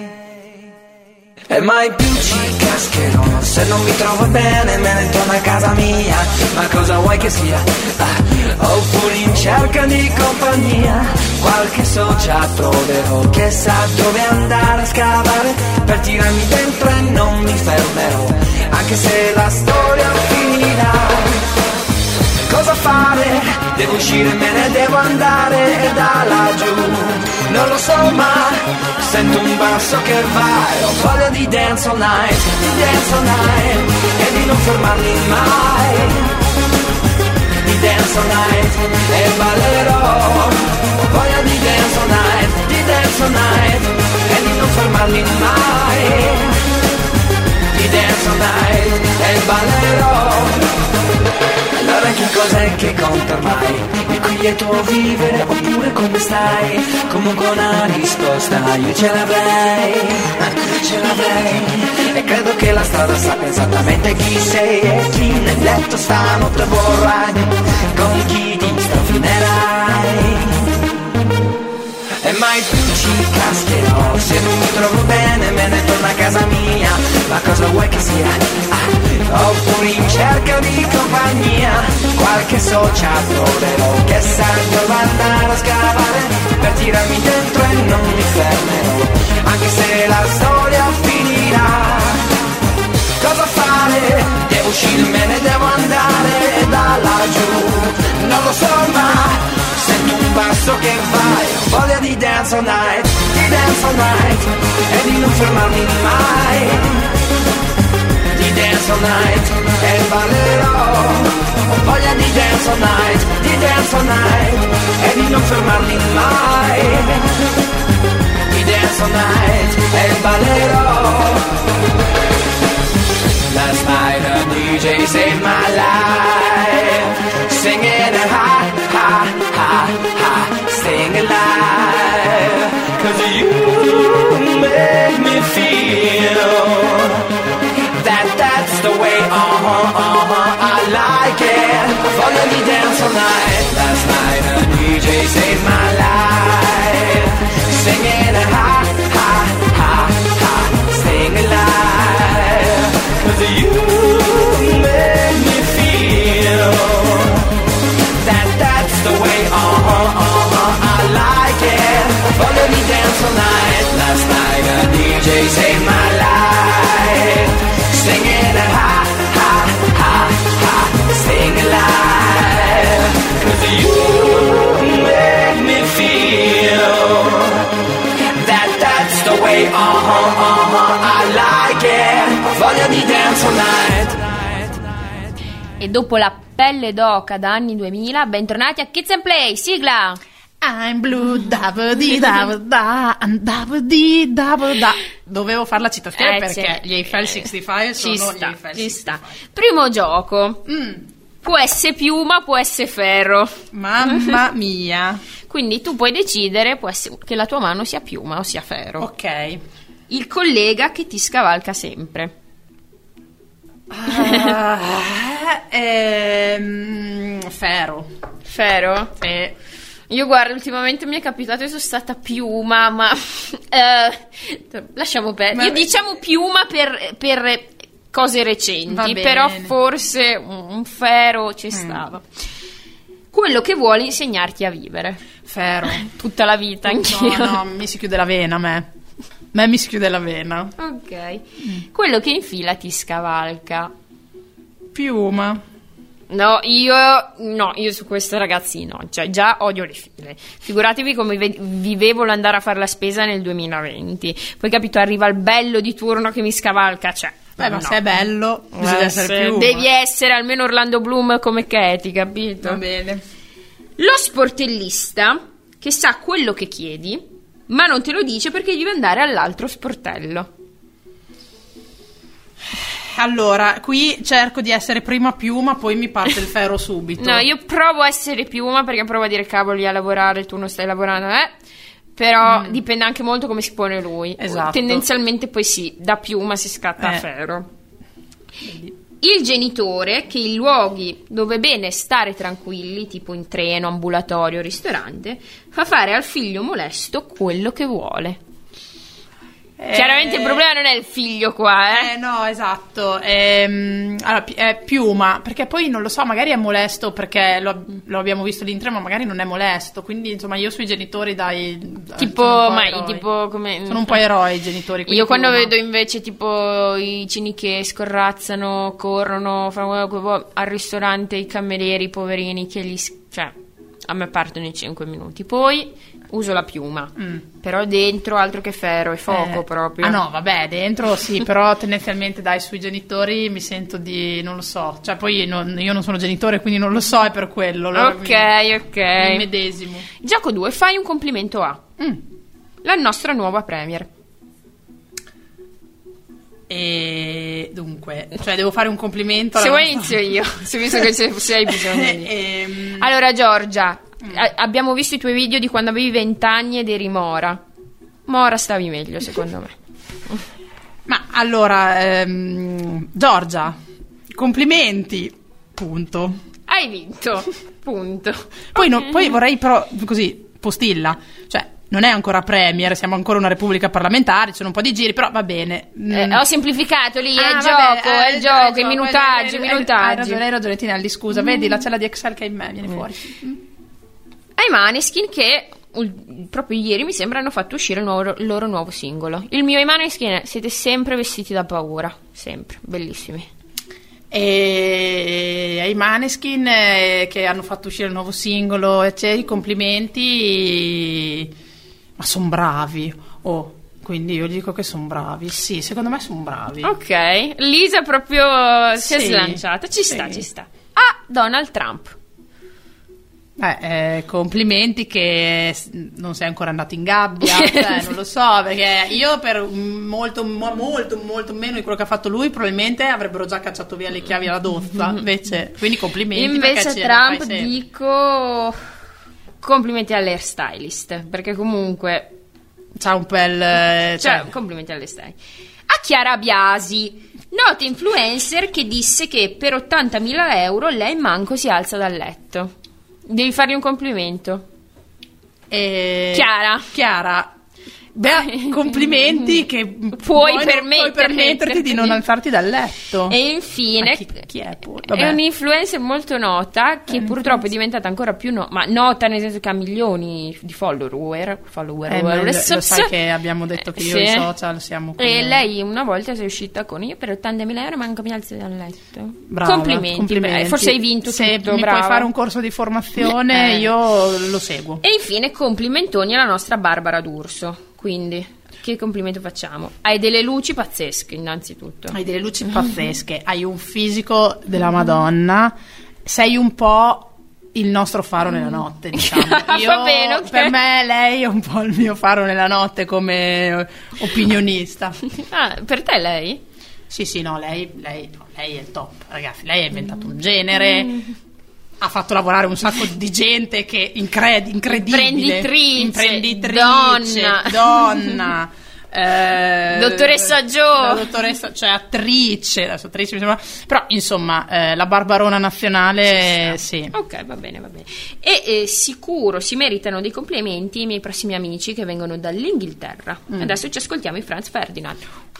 E mai più ci cascherò. Se non mi trovo bene me ne torno a casa mia. Ma cosa vuoi che sia? Oppure in cerca di compagnia. Qualche socia troverò che sa dove andare a scavare per tirarmi dentro e non mi fermerò, anche se la storia finirà. Cosa fare? Devo uscire, me ne devo andare da laggiù. Non lo so ma sento un basso che va e ho voglia di dance all night, e di non fermarmi mai. Di dance all night e ballerò. Ho voglia di dance all night, e di non fermarmi mai. Di dance all night e ballerò. Allora che cos'è che conta ormai? È qui lieto vivere oppure come stai? Comunque una risposta io ce l'avrei. E credo che la strada sappia esattamente chi sei e chi nel letto stanotte vorrai, con chi ti strafinerai. E mai più ci cascherò. Se non mi trovo bene me ne torno a casa mia. Ma cosa vuoi che sia? Oppure in cerca di compagnia. Qualche socia troverò che sa dove andare a scavare per tirarmi dentro e non mi fermerò, anche se la storia finirà. Cosa fare? Devo uscire, me ne devo andare da laggiù. Non lo so ma sento un basso che vai. Ho voglia di dance all night, e di non fermarmi mai. Di dance all night e ballerò. Ho voglia di dance all night, e di non fermarmi mai. Di dance all night e ballerò. Last night a DJ saved my life, singing a ha ha ha ha, staying alive, 'cause you make me feel that's the way, I like it. Voglia di dance all night. Last night a DJ saved my life, singing a ha ha ha ha, staying alive, 'cause you make me feel that's the way, I like it. Voglia di dance all night. Last night a DJ saved my life, singing a ha ha ha ha, staying alive, 'cause you make me feel that's the way, I like it. Voglia di dance all night. E dopo la pelle d'oca da anni 2000, bentornati a Kids and Play, sigla! I'm blue, da. Dovevo fare la citazione perché sì. gli Eiffel 65 sono Ci gli sta, Eiffel ci 65. sta. Primo gioco. Può essere piuma, può essere ferro. Mamma mia. Quindi tu puoi decidere, può essere che la tua mano sia piuma o sia ferro. Ok. Il collega che ti scavalca sempre. Ferro. Ferro? Io guarda, ultimamente mi è capitato che sono stata piuma, ma lasciamo perdere. Io diciamo piuma per cose recenti, però forse un ferro ci stava. Quello che vuole insegnarti a vivere. Ferro. Tutta la vita, anch'io. No, mi si chiude la vena a me. A me mi si chiude la vena. Ok. Quello che in fila ti scavalca. Piuma. No, io su questo ragazzi no, cioè già odio le file. Figuratevi come vivevo l'andare a fare la spesa nel 2020. Poi capito, arriva il bello di turno che mi scavalca, cioè Ma no. se è bello, bisogna essere più. Devi essere almeno Orlando Bloom come Katie, capito? Va bene. Lo sportellista che sa quello che chiedi, ma non te lo dice perché devi andare all'altro sportello. Allora, qui cerco di essere prima Piuma, poi mi parte il ferro subito. No, io provo a essere Piuma perché provo a dire cavoli a lavorare, tu non stai lavorando, Però dipende anche molto come si pone lui. Esatto. Tendenzialmente poi sì, da Piuma si scatta a ferro. Il genitore che in luoghi dove è bene stare tranquilli, tipo in treno, ambulatorio, ristorante, fa fare al figlio molesto quello che vuole. Chiaramente il problema non è il figlio qua, No, esatto. Allora, è Piuma, perché poi non lo so, magari è molesto perché lo abbiamo visto lì in treno, ma magari non è molesto. Quindi, insomma, io sui genitori tipo come sono un po' eroi i genitori. Io quando vedo invece tipo i cini che scorrazzano, corrono, fanno al ristorante, i camerieri poverini che cioè a me partono in 5 minuti. Poi uso la Piuma, però dentro altro che ferro e fuoco proprio. Ah no, vabbè, dentro sì, però tendenzialmente dai, sui genitori mi sento di, non lo so, cioè poi io non sono genitore, quindi non lo so, è per quello. Ok. Mi medesimo. Gioco 2, fai un complimento a la nostra nuova premier. E dunque, cioè devo fare un complimento se vuoi inizio io, visto che se hai bisogno. Allora Giorgia, abbiamo visto i tuoi video di quando avevi 20 anni ed eri Mora. Mora stavi meglio secondo me. Ma allora Giorgia, complimenti, punto. Hai vinto, punto. Poi vorrei però così postilla, cioè non è ancora premier, siamo ancora una repubblica parlamentare, ci sono un po' di giri, però va bene. Ho semplificato lì, è il gioco, i minutaggi. Hai ragione Tinelli, scusa, vedi la cella di Excel che è in me, viene fuori. Ai Maneskin che proprio ieri mi sembra hanno fatto uscire il loro nuovo singolo. Il mio ai Maneskin siete sempre vestiti da paura, sempre, bellissimi. E ai Maneskin che hanno fatto uscire il nuovo singolo, i complimenti, ma sono bravi, quindi io dico che sono bravi, sì, secondo me sono bravi. Ok, Lisa proprio si è slanciata, ci sta. Donald Trump. Complimenti che non sei ancora andato in gabbia, cioè, non lo so, perché io per molto meno di quello che ha fatto lui probabilmente avrebbero già cacciato via le chiavi alla dozza, invece, quindi complimenti. Invece a Trump dico complimenti all'hairstylist, perché comunque c'ha un bel complimenti all'hairstylist. A Chiara Biasi, nota influencer che disse che per 80.000 euro lei manco si alza dal letto. Devi fargli un complimento. Chiara. Beh, complimenti che puoi permetterti di non alzarti dal letto. E infine chi è poi? È un'influencer molto nota che purtroppo è diventata ancora più nota, nel senso che ha milioni di follower. Lo sai che abbiamo detto che io e i social siamo come... E lei una volta si è uscita con io per 80.000 euro manco mi alzo dal letto. Brava, complimenti. Forse hai vinto se tutto, mi brava. puoi fare un corso di formazione io lo seguo. E infine complimentoni alla nostra Barbara D'Urso. Quindi, che complimento facciamo? Hai delle luci pazzesche, innanzitutto. Hai delle luci pazzesche, hai un fisico della Madonna, sei un po' il nostro faro nella notte, diciamo. Va bene, okay. Per me lei è un po' il mio faro nella notte come opinionista. Per te lei? Sì, no, lei è il top, ragazzi. Lei ha inventato un genere... Ha fatto lavorare un sacco di gente che incredibile, imprenditrice, donna, dottoressa Jo, cioè attrice, mi sembra. Però insomma la Barbarona nazionale, sì. Ok, va bene. E sicuro si meritano dei complimenti i miei prossimi amici che vengono dall'Inghilterra. Adesso ci ascoltiamo i Franz Ferdinand.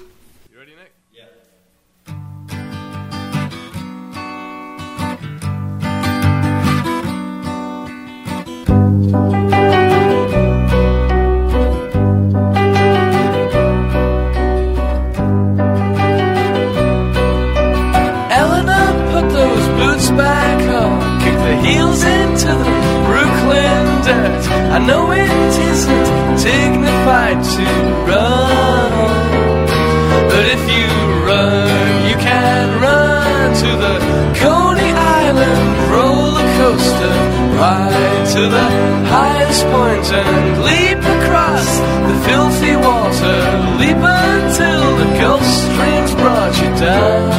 Back on, kick the heels into the Brooklyn dirt. I know it isn't dignified to run, but if you run to the highest point and leap across the filthy water. Leap until the Gulf Stream's brought you down.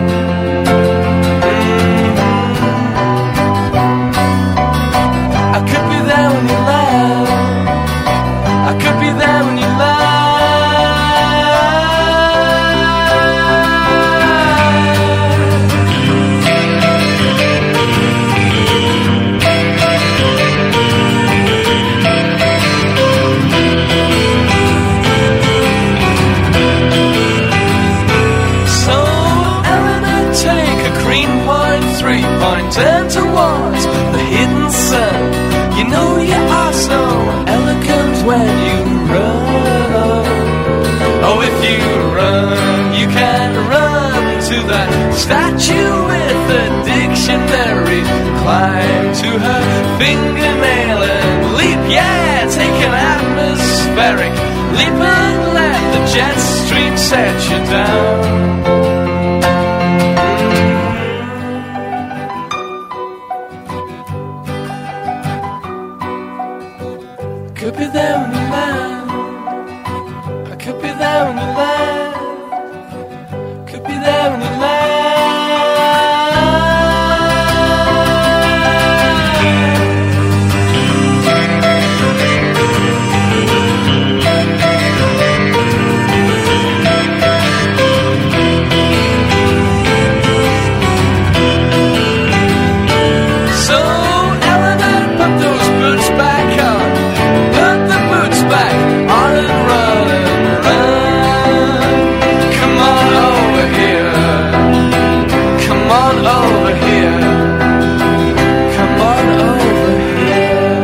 I could be there when you laugh. I could be there when you laugh. Turn towards the hidden sun. You know you are so elegant when you run. Oh, if you run, you can run to that statue with the dictionary. Climb to her fingernail and leap, yeah, take an atmospheric leap and let the jet stream set you down. Could be there when you land. I could be there when you land. Could be there when you land. So Eleanor, put those boots back on. Back on and run and run. Come on over here. Come on over here. Come on over here.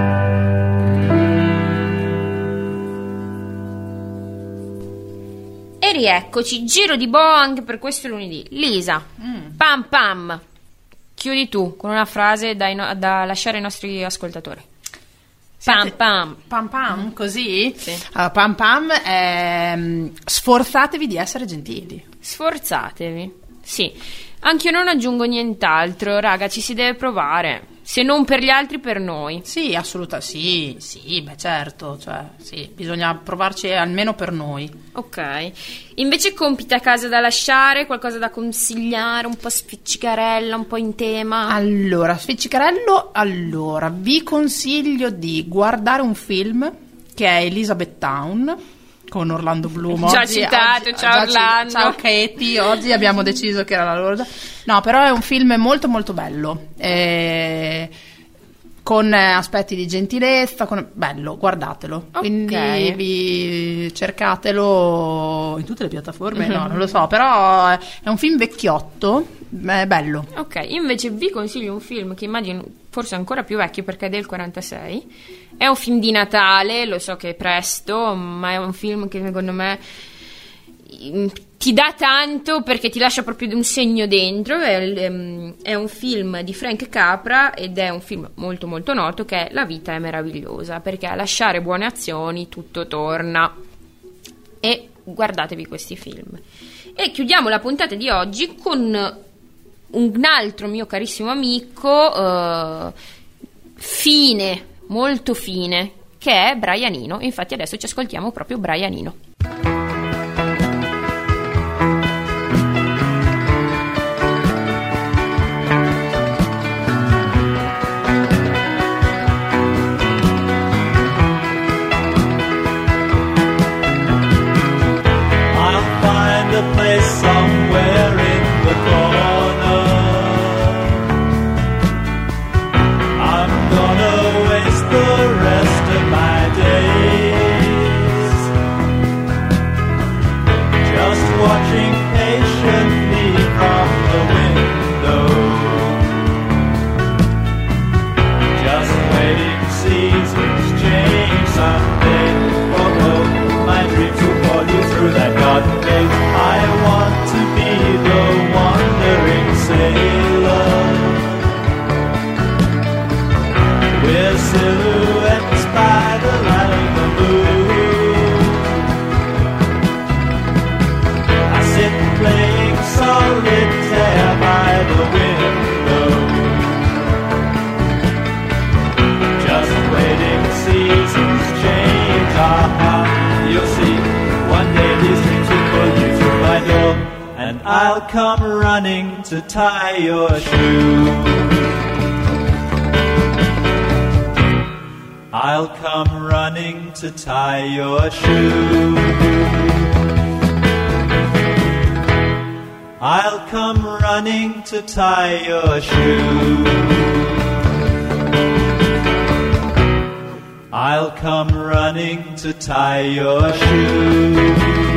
E rieccoci, giro di boa anche per questo lunedì. Lisa, pam pam, chiudi tu con una frase da lasciare ai nostri ascoltatori. Pam pam. Pam pam, così? Sì. Allora, pam pam, sforzatevi di essere gentili. Sforzatevi. Sì. Anche io non aggiungo nient'altro, raga, ci si deve provare. Se non per gli altri, per noi. Sì, assolutamente, sì, beh certo, cioè, sì, bisogna provarci almeno per noi. Ok. Invece compiti a casa da lasciare, qualcosa da consigliare, un po' spiccicarella, un po' in tema. Allora, spiccicarello, vi consiglio di guardare un film che è Elizabethtown con Orlando Bloom. Già citato, ciao Orlando. Ciao Katie, oggi abbiamo deciso che era la loro. No, però è un film molto molto bello, con aspetti di gentilezza, bello, guardatelo. Ok. Quindi cercatelo in tutte le piattaforme, no, non lo so, però è un film vecchiotto, è bello. Ok, invece vi consiglio un film che immagino forse ancora più vecchio perché è del 46. È un film di Natale, lo so che è presto, ma è un film che secondo me ti dà tanto perché ti lascia proprio un segno dentro. È un film di Frank Capra ed è un film molto molto noto che è La vita è meravigliosa, perché a lasciare buone azioni tutto torna. E guardatevi questi film. E chiudiamo la puntata di oggi con un altro mio carissimo amico, molto fine, che è Brian Eno. Infatti adesso ci ascoltiamo proprio Brian Eno. Waste the rest of my days I'll come running to tie your shoe. I'll come running to tie your shoe. I'll come running to tie your shoe. I'll come running to tie your shoe.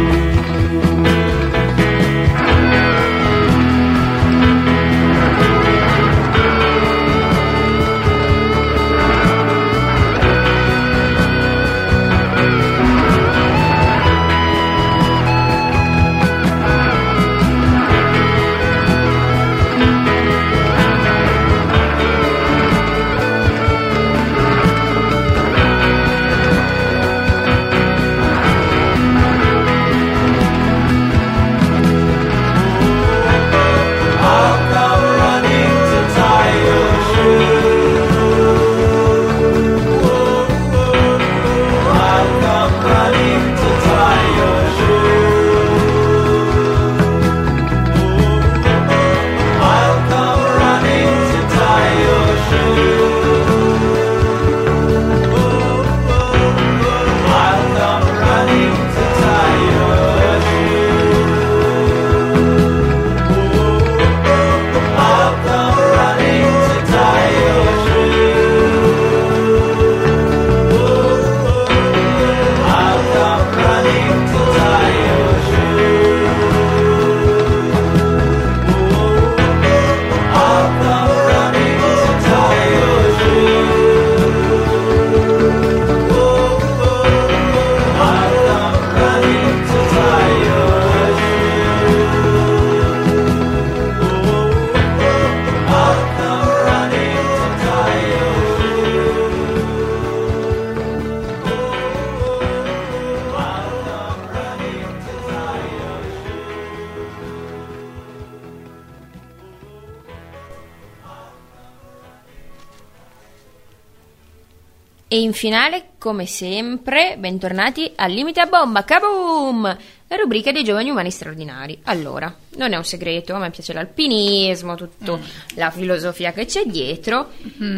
E in finale, come sempre, bentornati al Limite a Bomba, kaboom! La rubrica dei giovani umani straordinari. Allora, non è un segreto, a me piace l'alpinismo, tutta la filosofia che c'è dietro.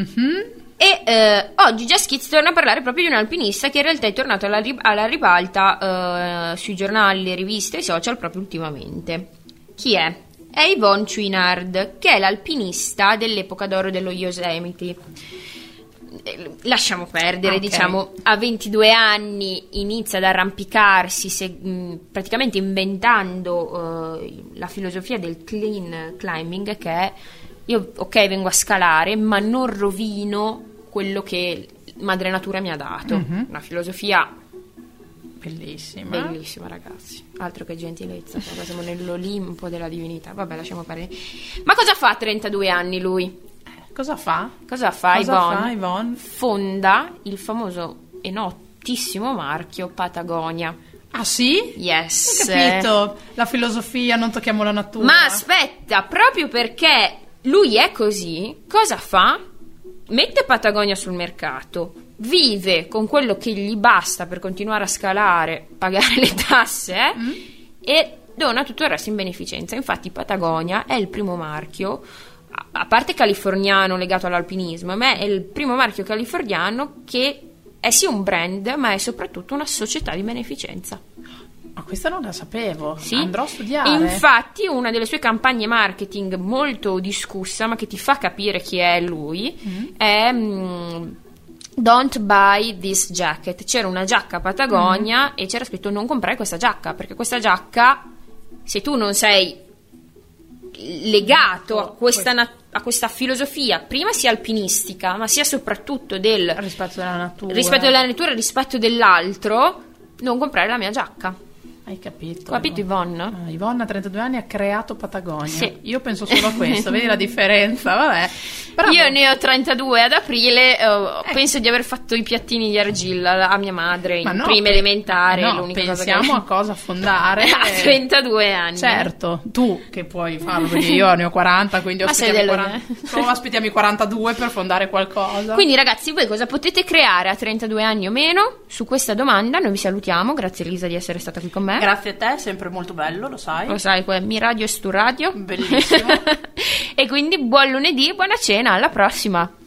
E oggi Just Kids torna a parlare proprio di un alpinista che in realtà è tornato alla ribalta sui giornali, le riviste e i social proprio ultimamente. Chi è? È Yvon Chouinard, che è l'alpinista dell'epoca d'oro dello Yosemite. Lasciamo perdere, okay. Diciamo, a 22 anni inizia ad arrampicarsi, praticamente inventando la filosofia del clean climbing, che è: io ok vengo a scalare ma non rovino quello che madre natura mi ha dato. Una filosofia bellissima, ragazzi, altro che gentilezza, siamo nell'Olimpo della divinità. Vabbè, lasciamo perdere. Ma cosa fa a 32 anni lui? Cosa fa Yvon? Fonda il famoso e notissimo marchio Patagonia. Ah sì? Yes. Ho capito, la filosofia, non tocchiamo la natura. Ma aspetta, proprio perché lui è così, cosa fa? Mette Patagonia sul mercato, vive con quello che gli basta per continuare a scalare, pagare le tasse e dona tutto il resto in beneficenza. Infatti Patagonia è il primo marchio, a parte californiano legato all'alpinismo, ma è il primo marchio californiano che è sì un brand, ma è soprattutto una società di beneficenza. Ma questa non la sapevo, sì? Andrò a studiare. Infatti una delle sue campagne marketing molto discussa, ma che ti fa capire chi è lui, è Don't buy this jacket. C'era una giacca Patagonia e c'era scritto: non comprare questa giacca, perché questa giacca, se tu non sei legato a questa filosofia, prima sia alpinistica, ma sia soprattutto del rispetto della natura, rispetto dell'altro, non comprare la mia giacca. Hai capito? Capito, Yvonne? Yvonne a 32 anni ha creato Patagonia. Sì. Io penso solo a questo, vedi la differenza, vabbè. Bravo. Io ne ho 32 ad aprile, penso di aver fatto i piattini di argilla a mia madre in prima elementare. No, l'unica pensiamo cosa che... a cosa fondare. A 32 anni. Certo, tu che puoi farlo, perché io ne ho 40, quindi aspettiamo i 42 per fondare qualcosa. Quindi ragazzi, voi cosa potete creare a 32 anni o meno? Su questa domanda noi vi salutiamo, grazie Elisa di essere stata qui con me. grazie a te, è sempre molto bello, lo sai. Lo sai, mi radio e stu radio. Bellissimo. E quindi buon lunedì, buona cena, alla prossima.